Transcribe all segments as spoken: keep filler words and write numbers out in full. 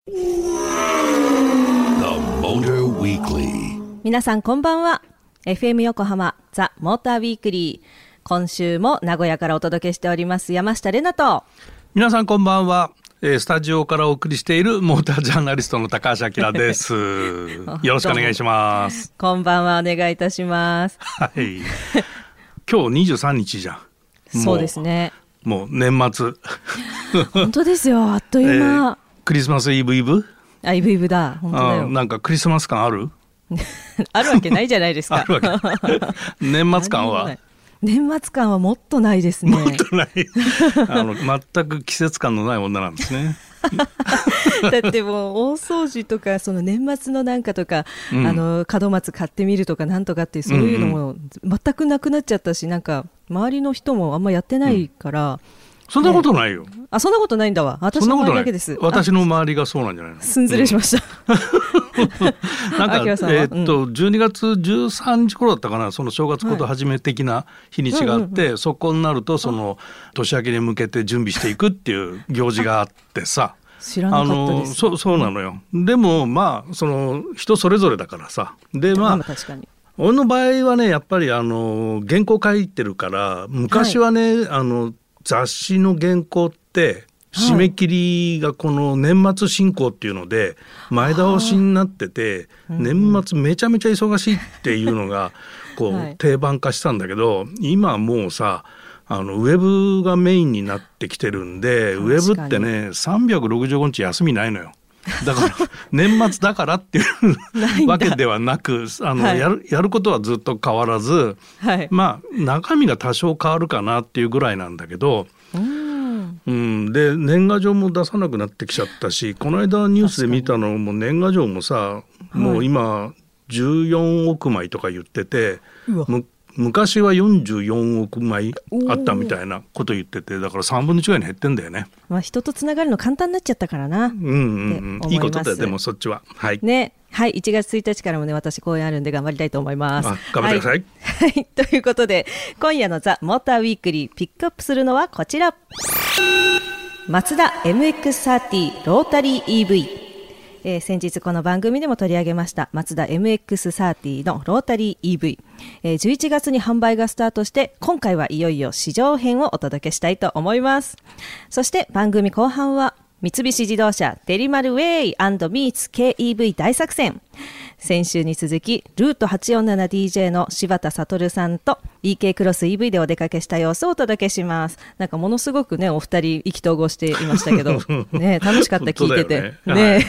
皆さんこんばんは。 エフエム 横浜ザ・モーターウィークリー、今週も名古屋からお届けしております山下玲奈と、 皆さんこんばんは。スタジオからお送りしているモータージャーナリストの高橋明ですよろしくお願いします。 こんばんは、お願いいたします。 はい今日にじゅうさんにちじゃん。 そうですね、 もう年末本当ですよ、あっという間、 えー、クリスマスイブイブあ、イブイブだ、本当だよ。 なんかクリスマス感あるあるわけないじゃないですかあるわけ年末感は年末感はもっとないですね。 もっとないあの全く季節感のない女なんですねだってもう大掃除とかその年末のなんかとか、うん、あの門松買ってみるとかなんとかってそういうのも全くなくなっちゃったし、なんか周りの人もあんまやってないから、うん、 そんなことないよ、 ね、あ、そんなことないんだわ。私の周りだけです。 私の周りがそうなんじゃないの。 すんずれしました、 うん、なんかえー、っとじゅうにがつじゅうさんにち頃だったかな、その正月こと始め的な日にちがあって、はい、うんうんうん、そこになるとその年明けに向けて準備していくっていう行事があってさ知らなかったです。 あの そ, そうなのよ。でもまあその人それぞれだからさ。でまあ確かに俺の場合はね、やっぱりあの原稿書いてるから、昔はね、はい、あの雑誌の原稿って締め切りがこの年末進行っていうので前倒しになってて、年末めちゃめちゃ忙しいっていうのがこう定番化したんだけど、今もうさ、あのウェブがメインになってきてるんで、ウェブってねさんびゃくろくじゅうごにち休みないのよ。だから年末だからっていうわけではなく、あの、はい、やる、やることはずっと変わらず、はい、まあ中身が多少変わるかなっていうぐらいなんだけど、うんうん、で年賀状も出さなくなってきちゃったし、この間ニュースで見たのも年賀状もさ、もう今じゅうよんおくまいとか言ってて、む昔はよんじゅうよんおくまいあったみたいなこと言ってて、だからさんぶんのいちぐらいに減ってんだよね。 まあ、人とつながるの簡単になっちゃったからな、うんうんうん、いいことだよ。でもそっちは、はいね、はい、いちがつついたちからもね、私公演あるんで頑張りたいと思います。 あ、頑張ってください、 はいはい、ということで今夜のザ・モーターウィークリーピックアップするのはこちら、マツダ エムエックスサーティー ロータリー イーブイ、えー、先日この番組でも取り上げましたマツダ エムエックスサーティー のロータリー イーブイ、えー、じゅういちがつに販売がスタートして、今回はいよいよ試乗編をお届けしたいと思います。そして番組後半は三菱自動車デリマルウェイ&ミーツ ケーイーブイ 大作戦。先週に続きルート はちよんななディージェー の柴田悟さんと イーケー クロス イーブイ でお出かけした様子をお届けします。なんかものすごくね、お二人意気投合していましたけど、ね、楽しかった、聞いてて、ねね、はいはい、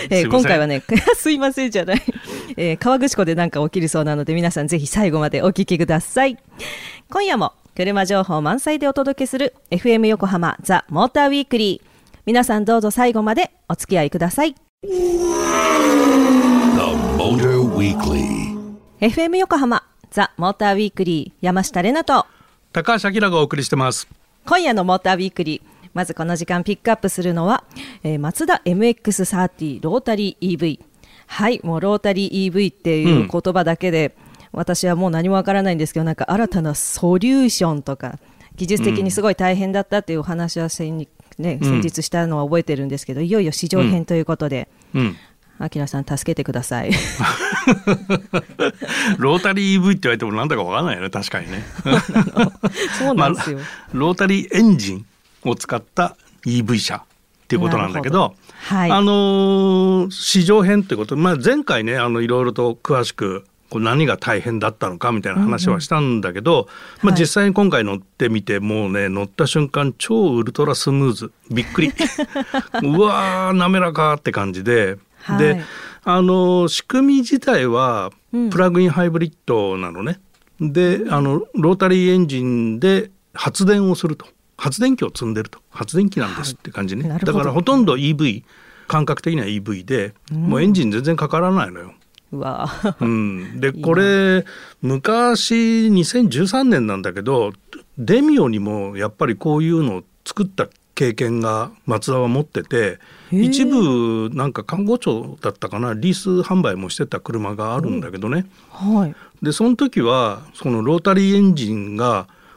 えー、今回はねすいませんじゃない、えー、河口湖でなんか起きるそうなので、皆さんぜひ最後までお聞きください。今夜も車情報満載でお届けする エフエム 横浜ザ・モーターウィークリー、皆さんどうぞ最後までお付き合いください。 エフエム 横浜ザ・モーターウィークリー、山下玲奈と高橋明がお送りしてます。 今夜のモーターウィークリー、まずこの時間ピックアップするのは、えー、マツダ エムエックスサーティー ロータリー イーブイ。 はい、もうロータリー イーブイ っていう言葉だけで、うん、私はもう何もわからないんですけど、なんか新たなソリューションとか技術的にすごい大変だったっていうお話は先にね、うん、先日したのは覚えてるんですけど、いよいよ試乗編ということで、うん、アキラさん助けてくださいロータリー イーブイ って言われてもなんだかわからないよね、確かにねそうなんですよ、まあ、 ロータリーエンジンを使った イーブイ 車っていうことなんだけど、はい、あのー、試乗編ってこと、まあ、前回ね、あのいろいろと詳しくこう何が大変だったのかみたいな話はしたんだけど、うんうん、まあ、実際に今回乗ってみて、もうね、乗った瞬間超ウルトラスムーズ、びっくりうわー滑らかって感じで、はい、であの仕組み自体はプラグインハイブリッドなのね、うん、であのロータリーエンジンで発電をすると、発電機を積んでると、発電機なんですって感じね、はい、だからほとんど イーブイ、感覚的には イーブイ で、うん、もうエンジン全然かからないのよ。 うわうん、でこれ昔にせんじゅうさんねんなんだけど、デミオにもやっぱりこういうのを作った経験がマツダは持ってて、一部なんか官公庁だったかな、リース販売もしてた車があるんだけどね、 うん、はい、 でその時はそのロータリーエンジンが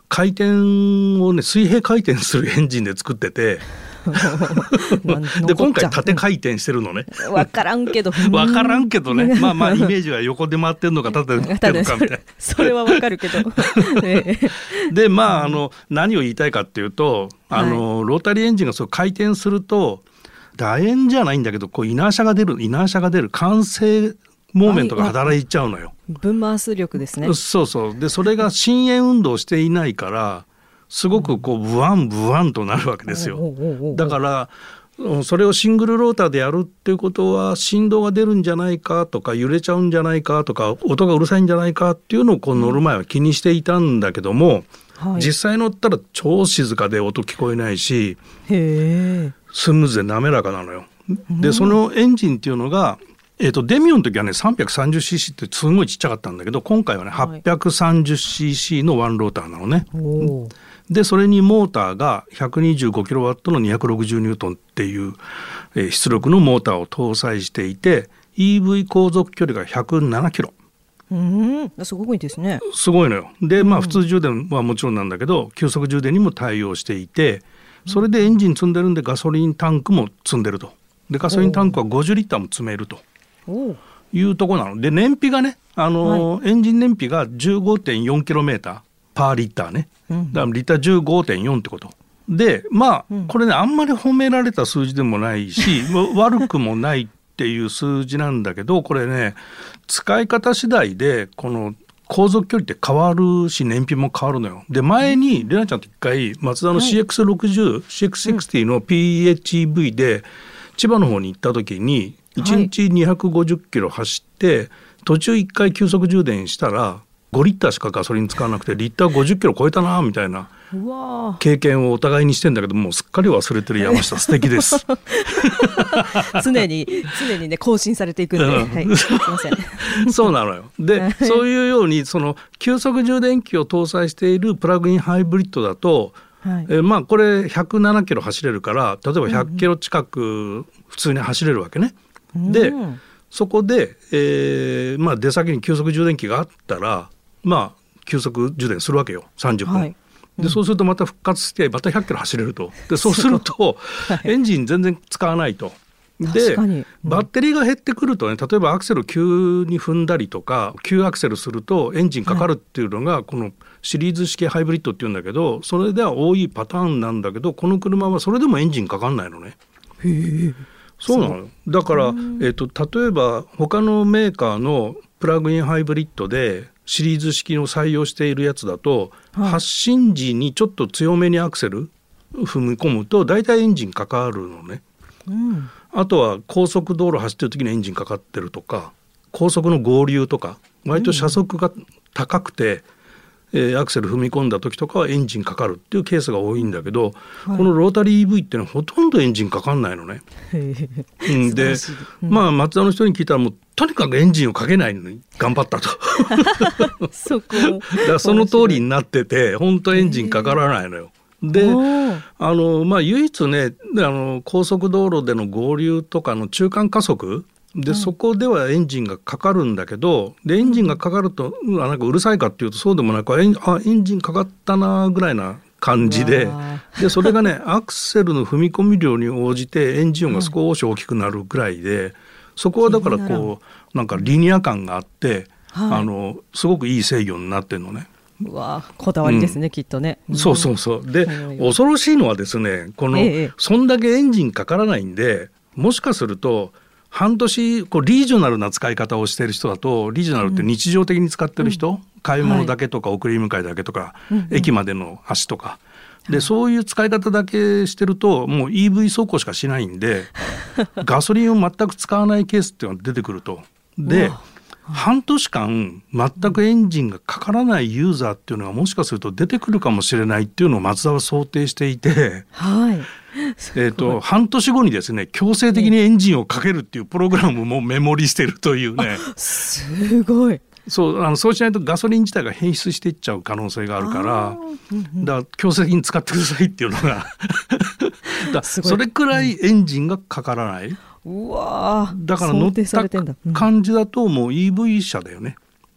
回転をね水平回転するエンジンで作っててで今回縦回転してるのね。 分からんけど分からんけどねまあまあイメージは横で回ってるのか縦で回ってるのかみたいなそれは分かるけどでまああの何を言いたいかっていうとあの、はい、ロータリーエンジンがそう回転すると楕円じゃないんだけどこうイナーシャが出るイナーシャが出る慣性モーメントが働いちゃうのよ。 分回す力ですね。 そうそうでそれが伸延運動していないからすごくこうブワンブワンとなるわけですよ。だからそれをシングルローターでやるっていうことは振動が出るんじゃないかとか揺れちゃうんじゃないかとか音がうるさいんじゃないかっていうのをこう乗る前は気にしていたんだけども、はい、実際乗ったら超静かで音聞こえないしへースムーズで滑らかなのよ。でそのエンジンっていうのが、えー、とデミオの時はね さんびゃくさんじゅうシーシー ってすごいちっちゃかったんだけど今回はね はっぴゃくさんじゅうシーシー のワンローターなのね。おでそれにモーターが ひゃくにじゅうごキロワット のにひゃくろくじゅうニュートンっていう、えー、出力のモーターを搭載していて イーブイ 航続距離がひゃくななキロ。 うんすごいですね。 すごいのよ。でまあ普通充電はもちろんなんだけど急速充電にも対応していてそれでエンジン積んでるんでガソリンタンクも積んでると。でガソリンタンクはごじゅうリッターも積めるというところなので燃費がねあの、はい、エンジン燃費が じゅうごてんよんキロメーターパーリッターね、うん、だからリッター じゅうごてんよん ってことでまあ、うん、これねあんまり褒められた数字でもないし悪くもないっていう数字なんだけどこれね使い方次第でこの航続距離って変わるし燃費も変わるのよ。で前にレナちゃんと一回マツダの シーエックスろくじゅう、はい、シーエックスろくじゅう の ピーエイチイーブイ で千葉の方に行った時にいちにちにひゃくごじゅっキロ走って、はい、途中いっかい急速充電したらごリッターしかガソリン使わなくてリッターごじゅっキロ超えたなみたいな経験をお互いにしてんだけどもうすっかり忘れてる山下素敵です常に常にね更新されていくんで、はい、すいませんそうなのよ。でそういうようにその急速充電器を搭載しているプラグインハイブリッドだと、はいえー、まあこれひゃくななキロ走れるから例えばひゃっキロ近く普通に走れるわけね、うん、でそこで、えーまあ、出先に急速充電器があったらまあ急速充電するわけよさんじゅっぷん、はいうん、でそうするとまた復活してまたひゃっキロ走れると。でそうするとエンジン全然使わないと。で、うん、バッテリーが減ってくるとね例えばアクセルを急に踏んだりとか急アクセルするとエンジンかかるっていうのがこのシリーズ式ハイブリッドっていうんだけどそれでは多いパターンなんだけどこの車はそれでもエンジンかかんないのね。へーそうなのよ。だから、えーと、例えば他のメーカーのプラグインハイブリッドでシリーズ式の採用しているやつだと、はい、発進時にちょっと強めにアクセル踏み込むとだいたいエンジンかかるのね、うん、あとは高速道路走ってる時にエンジンかかってるとか高速の合流とか割と車速が高くて、うんえー、アクセル踏み込んだ時とかはエンジンかかるっていうケースが多いんだけど、はい、このロータリー イーブイ ってのはほとんどエンジンかかんないのねうん、で、うん、まあマツダの人に聞いたらもうとにかくエンジンをかけないのに頑張ったとそこだからその通りになってて本当エンジンかからないのよ。であの、まあ、唯一ねあの高速道路での合流とかの中間加速で、うん、そこではエンジンがかかるんだけどでエンジンがかかると、うん、なんかうるさいかっていうとそうでもなくエン、あ、エンジンかかったなぐらいな感じで、でそれがねアクセルの踏み込み量に応じてエンジン音が少し大きくなるぐらいで、うん、そこはだからこうなんかリニア感があって、はい、あのすごくいい制御になってるのね。 うわこだわりですね、うん、きっとね、 うん、そうそうそうで、うん、恐ろしいのはですねこの、ええ、そんだけエンジンかからないんでもしかすると半年こうリージョナルな使い方をしている人だとリージョナルって日常的に使ってる人、うん、買い物だけとか送り迎えだけとか、はい、駅までの足とかでそういう使い方だけしてるともう イーブイ 走行しかしないんでガソリンを全く使わないケースっていうのが出てくると。で半年間全くエンジンがかからないユーザーっていうのがもしかすると出てくるかもしれないっていうのをマツダは想定していて、はいえー、と半年後にですね強制的にエンジンをかけるっていうプログラムもメモリしてるというねすごいそうあのそうしないとガソリン自体が変質していっちゃう可能性があるからだから強制的に使ってくださいっていうのがだそれくらいエンジンがかからない、うん、うわだから乗った感じだともう イーブイ 車だよね。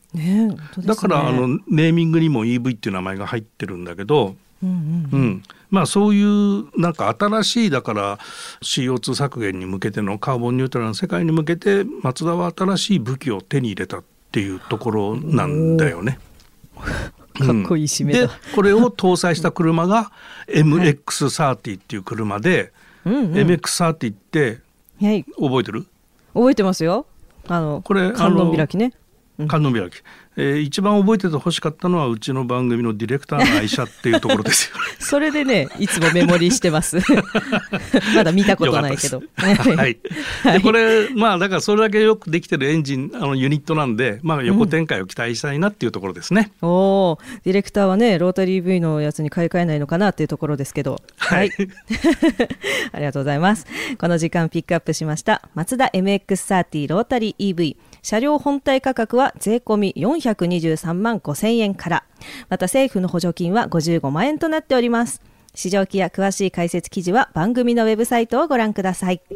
ね、本当ですね。 だからあのネーミングにも イーブイ っていう名前が入ってるんだけど、 うんうんうんうん、まあそういうなんか新しいだから シーオーツー 削減に向けてのカーボンニュートラルな世界に向けてマツダは新しい武器を手に入れたっていうところなんだよね。 かっこいい締めだ、 うん、でこれを搭載した車が エムエックスサーティー っていう車で、はいうんうん、エムエックスサーティー って覚えてる？ 覚えてますよ。あのこれ観音開きね。 観音開き、えー、一番覚えててほしかったのはうちの番組のディレクターの愛車っていうところですよそれでねいつもメモリーしてますまだ見たことないけどはい、でこれまあだからそれだけよくできてるエンジンあのユニットなんで、まあ、横展開を期待したいなっていうところですね、 うん、おディレクターはねロータリー イーブイ のやつに買い替えないのかなっていうところですけど、はい、はい、ありがとうございます。この時間ピックアップしましたマツダ エムエックスサーティー ロータリー イーブイ、車両本体価格は税込みよんひゃくにじゅうさんまんごせんえんから、また政府の補助金はごじゅうごまんえんとなっております。市場規や詳しい解説記事は番組のウェブサイトをご覧ください。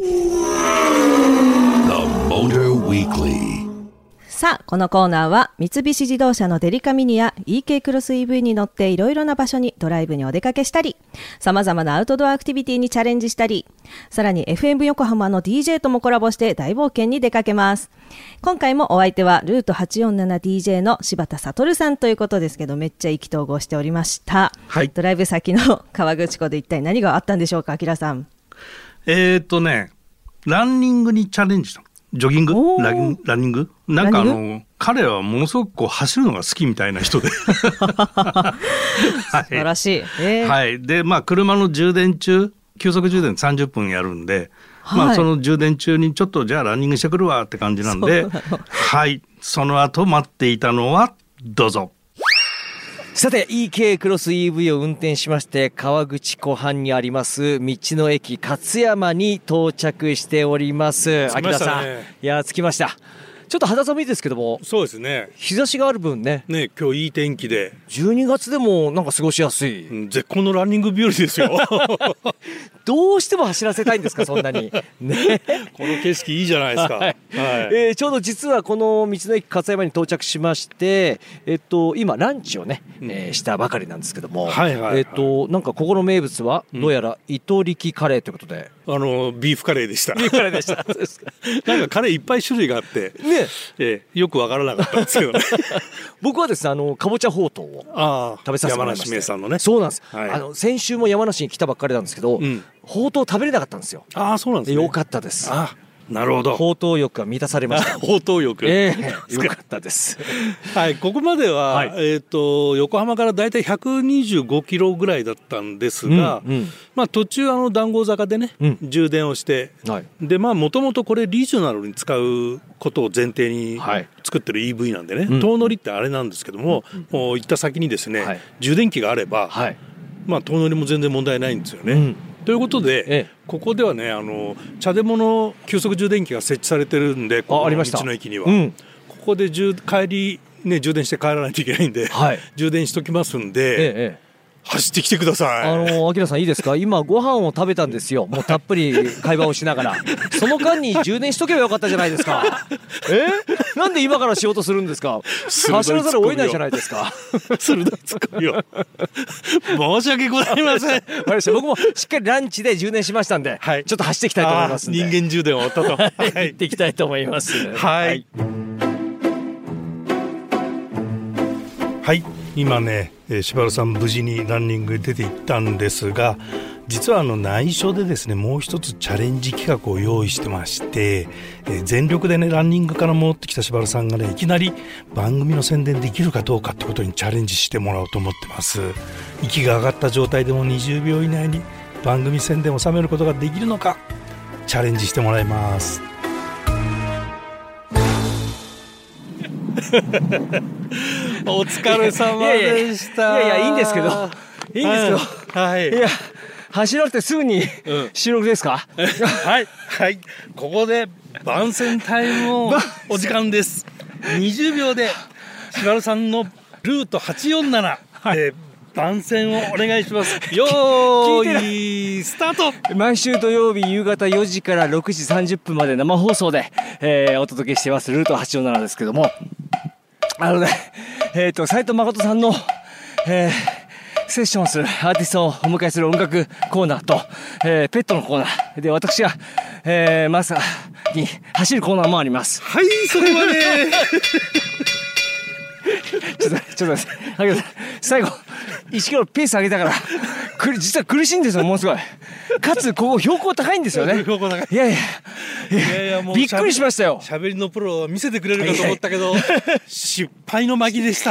さあこのコーナーは三菱自動車のデリカミニや イーケー クロス イーブイ に乗っていろいろな場所にドライブにお出かけしたり、様々なアウトドアアクティビティにチャレンジしたり、さらに エフエム 横浜の ディージェー ともコラボして大冒険に出かけます。今回もお相手はルート はちよんななディージェー の柴田悟さんということですけど、めっちゃ意気投合しておりました、はい、ドライブ先の河口湖で一体何があったんでしょうか、明さん。 えーとねランニングにチャレンジした。ジョギングラン、ランニングなんかあの彼はものすごくこう走るのが好きみたいな人ではい、素晴らしい、 えーはい、でまあ車の充電中急速充電さんじゅっぷんやるんで、はいまあ、その充電中にちょっとじゃあランニングしてくるわって感じなんで、はいその後待っていたのはどうぞ。 さて イーケー クロス イーブイ を運転しまして川口湖畔にあります道の駅勝山に到着しております。 着きましたね。 秋田さん、いや着きました。ちょっと肌寒いですけども、 そうですね、 日差しがある分ねね今日いい天気でじゅうにがつでもなんか過ごしやすい、 うん、絶好のランニング日和ですよどうしても走らせたいんですかそんなに、ね、 この景色いいじゃないですか、はいはいえー、ちょうど実はこの道の駅勝山に到着しまして、えっと、今ランチをね、うんえー、したばかりなんですけども、はいはいはいえっと、なんかここの名物はどうやら糸力カレーということで、 うん、あのビーフカレーでしたビーフカレーでしたなんかカレーいっぱい種類があってねえー、よくわからなかったんですけどね僕はですねあのかぼちゃほうとうを食べさせてもらいまして、山梨名産のね。そうなんです、はい、あの先週も山梨に来たばっかりなんですけど、うん、ほうとう食べれなかったんですよ。 ああそうなんですね。 よかったです。あなるほど。 ほうとう欲が満たされました。 ほうとう欲、 えー、よかったですはいここまでは、はいえー、と横浜からだいたいひゃくにじゅうごキロぐらいだったんですが、うんうんまあ、途中あの談合坂でね、うん、充電をして、はい、でまあもともとこれリージョナルに使うことを前提に作ってる イーブイ なんでね、はい、遠乗りってあれなんですけども、うん、もう行った先にですね、はい、充電器があれば、はいまあ、遠乗りも全然問題ないんですよね、うんということで、ええ、ここではねあの茶でもの急速充電器が設置されてるんで、ここの道の駅には、うん、ここで帰り、ね、充電して帰らないといけないんで、はい、充電しときますんで、ええ、走ってきてください。 あの秋田さんいいですか、今ご飯を食べたんですよ。もうたっぷり会話をしながらその間に充電しとけばよかったじゃないですかえなんで今からしようとするんですか。走らざるを得ないじゃないですか鋭いツッコミを申し訳ございません僕もしっかりランチで充電しましたんで、はい、ちょっと走っていきたいと思いますんで、 人間充電を終わったと、 はい、行っていきたいと思いますはい、はいはい、今ね柴原さん無事にランニングに出て行ったんですが、実はあの内緒でですねもう一つチャレンジ企画を用意してまして、えー、全力でねランニングから戻ってきた柴原さんがねいきなり番組の宣伝できるかどうかってことにチャレンジしてもらおうと思ってます。息が上がった状態でもにじゅうびょう以内に番組宣伝を収めることができるのかチャレンジしてもらいますお疲れ様でした。 いやいやいやいいんですけどいいんですけど、 はい、 いや走られてすぐに収録ですか、 うん、はいはいここで番宣タイムのお時間ですにじゅうびょうで柴原さんのルートはちよんなな、はいえー、番宣をお願いしますよーいスタート。 毎週土曜日夕方よじからろくじさんじゅっぷんまで生放送で、えー、お届けしてますルートはちよんななですけども、 あのね、えっと斉藤誠さんの、えー、セッションするアーティストをお迎えする音楽コーナーと、えー、ペットのコーナーで、私が、えー、まさに走るコーナーもあります。 はい、それまでちょっとちょっと待って、最後いちキロペース上げたからく実は苦しいんですよ、ものすごい。かつここ標高高いんですよね。 標高高い。 いやいやいやいや、もうびっくりしましたよ。 しゃべりのプロを見せてくれるかと思ったけど失敗の巻でした。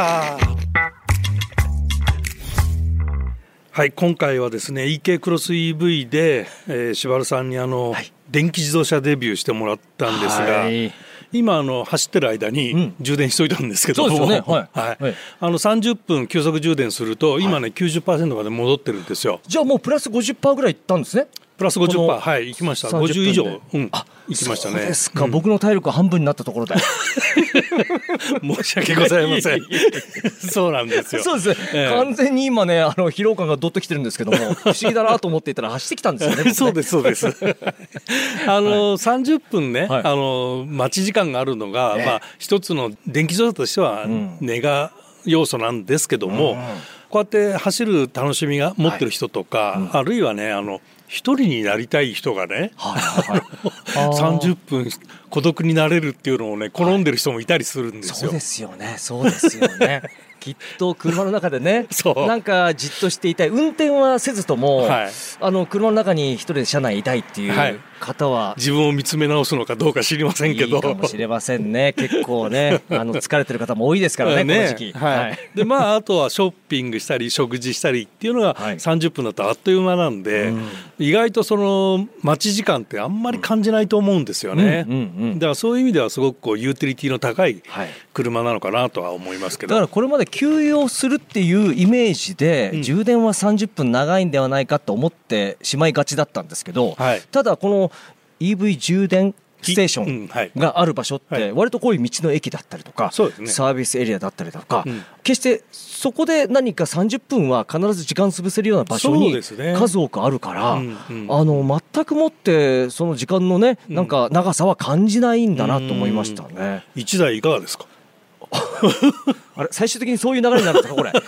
はい、今回はですね イーケー クロス イーブイ で、えー、柴原さんにあの、はい、電気自動車デビューしてもらったんですが、はい、今あの走ってる間に充電しといたんですけども、 そうですよね、はいはいはい、 あのさんじゅっぷん急速充電すると今ね、はい、きゅうじゅっパーセント まで戻ってるんですよ。 じゃあもうプラス ごじゅっパーセント ぐらいいったんですね。プラスごじゅっパーセント、はい、行きました。ごじゅう以上、うん、 あ、 行きましたね。 そうですか、うん、僕の体力半分になったところで申し訳ございませんそうなんですよ。 そうですね、えー、完全に今ねあの疲労感がどっときてるんですけども不思議だなと思っていたら走ってきたんですよね、ねそうですそうですあの、はい、さんじゅっぷんね、はい、あの待ち時間があるのが、えーまあ、一つの電気自動車としてはネガ要素なんですけども、うん、こうやって走る楽しみが持ってる人とか、はいうん、あるいはねあの一人になりたい人がね、はいはい、さんじゅっぷん孤独になれるっていうのをね好んでる人もいたりするんですよ、はい、 そうですよねそうですよねきっと車の中でねなんかじっとしていたい、運転はせずとも、はい、あの車の中に一人で車内いたいっていう方は、はい、 自分を見つめ直すのかどうか知りませんけど、 いいかもしれませんね。結構ねあの疲れてる方も多いですからね、ねこの時期、 はいはい、でまああとはショッピングしたり食事したりっていうのがさんじゅっぷんだとあっという間なんで、はい、意外とその待ち時間ってあんまり感じないと思うんですよね、うんうんうん、だからそういう意味ではすごくこうユーティリティの高い車なのかなとは思いますけど、 だからこれまで給油をするっていうイメージで、うん、充電はさんじゅっぷん長いんではないかと思ってしまいがちだったんですけど、はい、ただこの イーブイ 充電ステーションがある場所って割とこういう道の駅だったりとか、サービスエリアだったりとか、決してそこで何かさんじゅっぷんは必ず時間潰せるような場所に数多くあるから、あの全くもってその時間のねなんか長さは感じないんだなと思いましたね。 いちだいいかがですかあれ最終的にそういう流れになるんですかこれ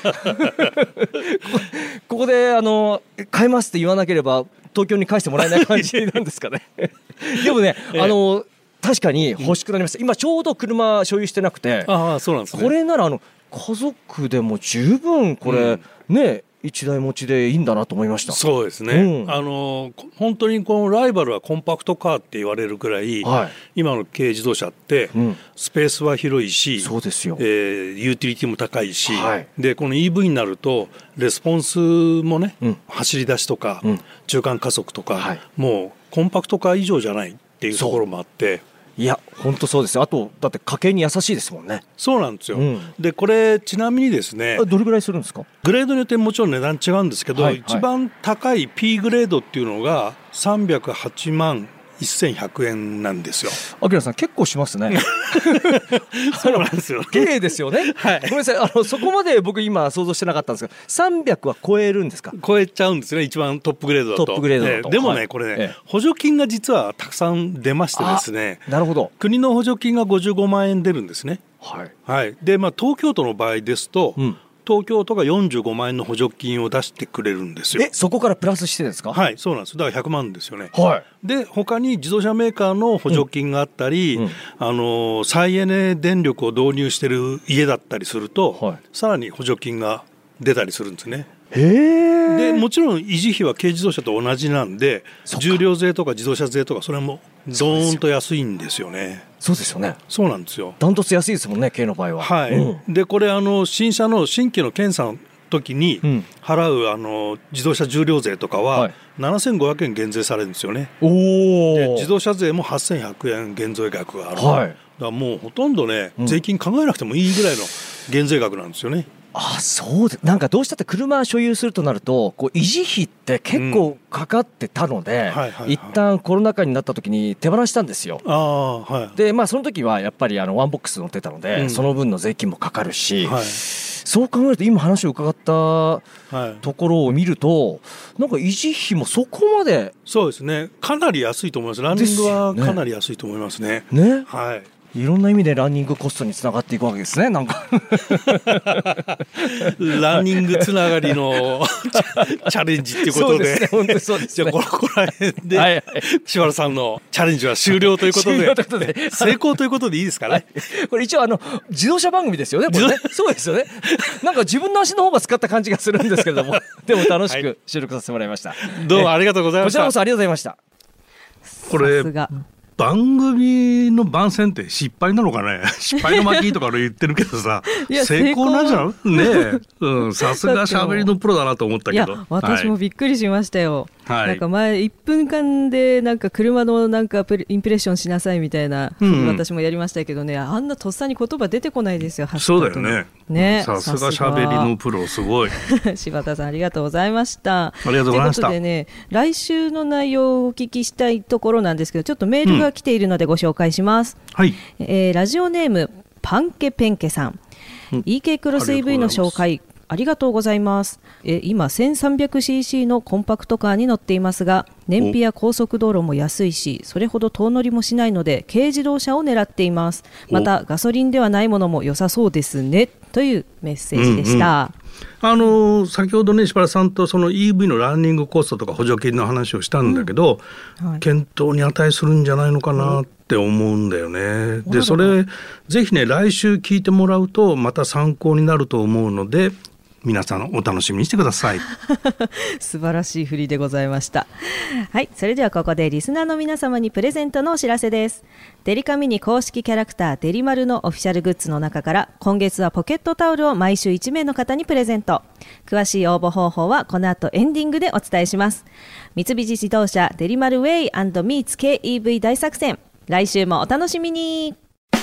ここであの買いますって言わなければ東京に返してもらえない感じなんですかねでもね、ええ、あの確かに欲しくなりました、うん、今ちょうど車所有してなくて、 ああそうなんですね、 これならあの家族でも十分これ、うん、ね一台持ちでいいんだなと思いました。 そうですね、うん、あの本当にこのライバルはコンパクトカーって言われるくらい、はい、今の軽自動車って、うん、スペースは広いし、 そうですよ、 えー、ユーティリティも高いし、はい、でこの イーブイ になるとレスポンスもね、うん、走り出しとか、うん、中間加速とか、はい、もうコンパクトカー以上じゃないっていうところもあって、 いや本当そうですよ。あとだって家計に優しいですもんね。 そうなんですよ、うん、でこれちなみにですね、 どれぐらいするんですか。 グレードによってもちろん値段違うんですけど、はいはい、一番高い P グレードっていうのがさんびゃくはちまんせんひゃくえんなんですよ。 あきらさん結構しますねそうなんですよ、 軽ですよね、はい、ごめんなさい、あのそこまで僕今想像してなかったんですけどさんびゃくは超えるんですか。 超えちゃうんですね、一番トップグレードだと。 トップグレードだと、 えー、でもね、はい、これね、ええ、補助金が実はたくさん出ましてですね、 なるほど、 国の補助金がごじゅうごまんえん出るんですね。はい、はい、でまあ東京都の場合ですと、うん、東京都がよんじゅうごまんえんの補助金を出してくれるんですよ。 え、そこからプラスしてですか。 はい、そうなんです。だからひゃくまんですよね。はい、で他に自動車メーカーの補助金があったり、うんうん、あの再エネ電力を導入してる家だったりすると、はい、さらに補助金が出たりするんですね。へでもちろん維持費は軽自動車と同じなんで、重量税とか自動車税とかそれもドーンと安いんですよね。 そうですよね。 そうなんですよ。 ダントツ安いですもんね、軽の場合は。 はい、うん、でこれあの新車の新規の検査の時に払う、うん、あの自動車重量税とかはななせんごひゃくえん減税されるんですよね。おで自動車税もはっせんひゃくえん減税額がある、はい、だからもうほとんどね、うん、税金考えなくてもいいぐらいの減税額なんですよね。 あ、そうで、なんかどうしたって車所有するとなるとこう維持費って結構かかってたので、うんはいはいはい、一旦コロナ禍になった時に手放したんですよ。あ、はい、でまあその時はやっぱりあのワンボックス乗ってたので、うん、その分の税金もかかるし、はい、そう考えると今話を伺ったところを見ると、なんか維持費もそこまで。 そうですね、かなり安いと思います。ランニングはかなり安いと思いますね。 ね、 はい、 いろんな意味でランニングコストにつながっていくわけですね。なんかランニングつながりのチャレンジっていうことで、 そうですね、本当にそうですね。 じゃあこのこら辺で、はいはい、柴原さんのチャレンジは終了ということで、ということで成功ということでいいですかね。はい、 これ一応あの自動車番組ですよね。これねそうですよね。なんか自分の足の方が使った感じがするんですけれども、でも楽しく収録させてもらいました。はい、 どうもありがとうございました。 こちらこそありがとうございました。 これ番組の番宣って失敗なのかね。失敗の巻とか言ってるけどさ成功なんじゃんねえ、うん、さすがしゃべりのプロだなと思ったけど、 いや私もびっくりしましたよ。 はい、 なんか前いっぷんかんでなんか車のなんかインプレッションしなさいみたいな、うん、私もやりましたけどね、あんなとっさに言葉出てこないですよ。 そうだよね。 ね、 さすがしゃべりのプロすごい柴田さんありがとうございました。 ありがとうございました。 ということでね、来週の内容をお聞きしたいところなんですけど、ちょっとメールが来ているのでご紹介します。 うん、はい、 えー、ラジオネームパンケペンケさん、うん、イーケー クロス イーブイ の紹介ありがとうございます。え今 せんさんびゃくシーシー のコンパクトカーに乗っていますが、燃費や高速道路も安いし、それほど遠乗りもしないので軽自動車を狙っています。またガソリンではないものも良さそうですね、というメッセージでした。 うんうん、あのー、先ほどね柴田さんとその イーブイ のランニングコストとか補助金の話をしたんだけど、うんはい、検討に値するんじゃないのかなって思うんだよね。うん、でそれぜひね来週聞いてもらうとまた参考になると思うので皆さんお楽しみにしてください。 素晴らしい振りでございました。はい、それではここでリスナーの皆様にプレゼントのお知らせです。デリカミニ公式キャラクターデリマルのオフィシャルグッズの中から今月はポケットタオルを毎週いち名の方にプレゼント。詳しい応募方法はこの後エンディングでお伝えします。三菱自動車デリマルウェイ&ミーツ ケーイーブイ 大作戦、来週もお楽しみに。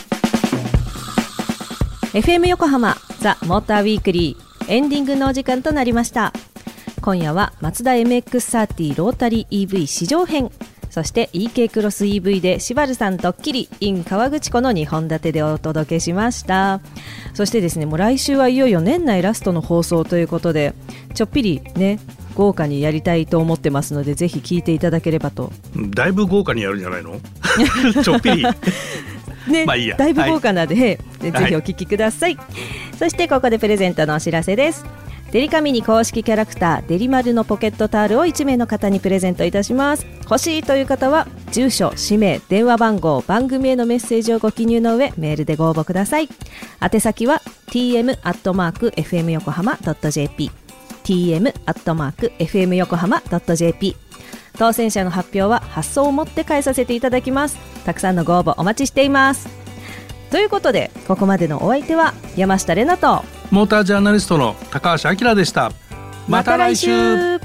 エフエム 横浜ザ・モーターウィークリーエンディングのお時間となりました。今夜はマツダ エムエックスサーティー ロータリー イーブイ 試乗編、そして イーケー クロス イーブイ で柴原さんドッキリ in 川口湖のにほん立てでお届けしました。そしてですね、もう来週はいよいよ年内ラストの放送ということで、ちょっぴりね豪華にやりたいと思ってますので、ぜひ聞いていただければと。 だいぶ豪華にやるんじゃないのちょっぴりね、 まあいいや、 だいぶ豪華なので、はい、ぜひお聞きください、はい、そしてここでプレゼントのお知らせです。デリカミニ公式キャラクターデリマルのポケットタオルをいち名の方にプレゼントいたします。欲しいという方は住所、氏名、電話番号、番組へのメッセージをご記入の上メールでご応募ください。宛先は ティーエム アットマーク エフエム 横浜 ドット ジェーピー ティーエム アットマーク エフエム 横浜 ドット ジェーピー。 当選者の発表は発送をもって返させていただきます。たくさんのご応募お待ちしています。ということでここまでのお相手は山下玲奈とモータージャーナリストの高橋明でした。また来週。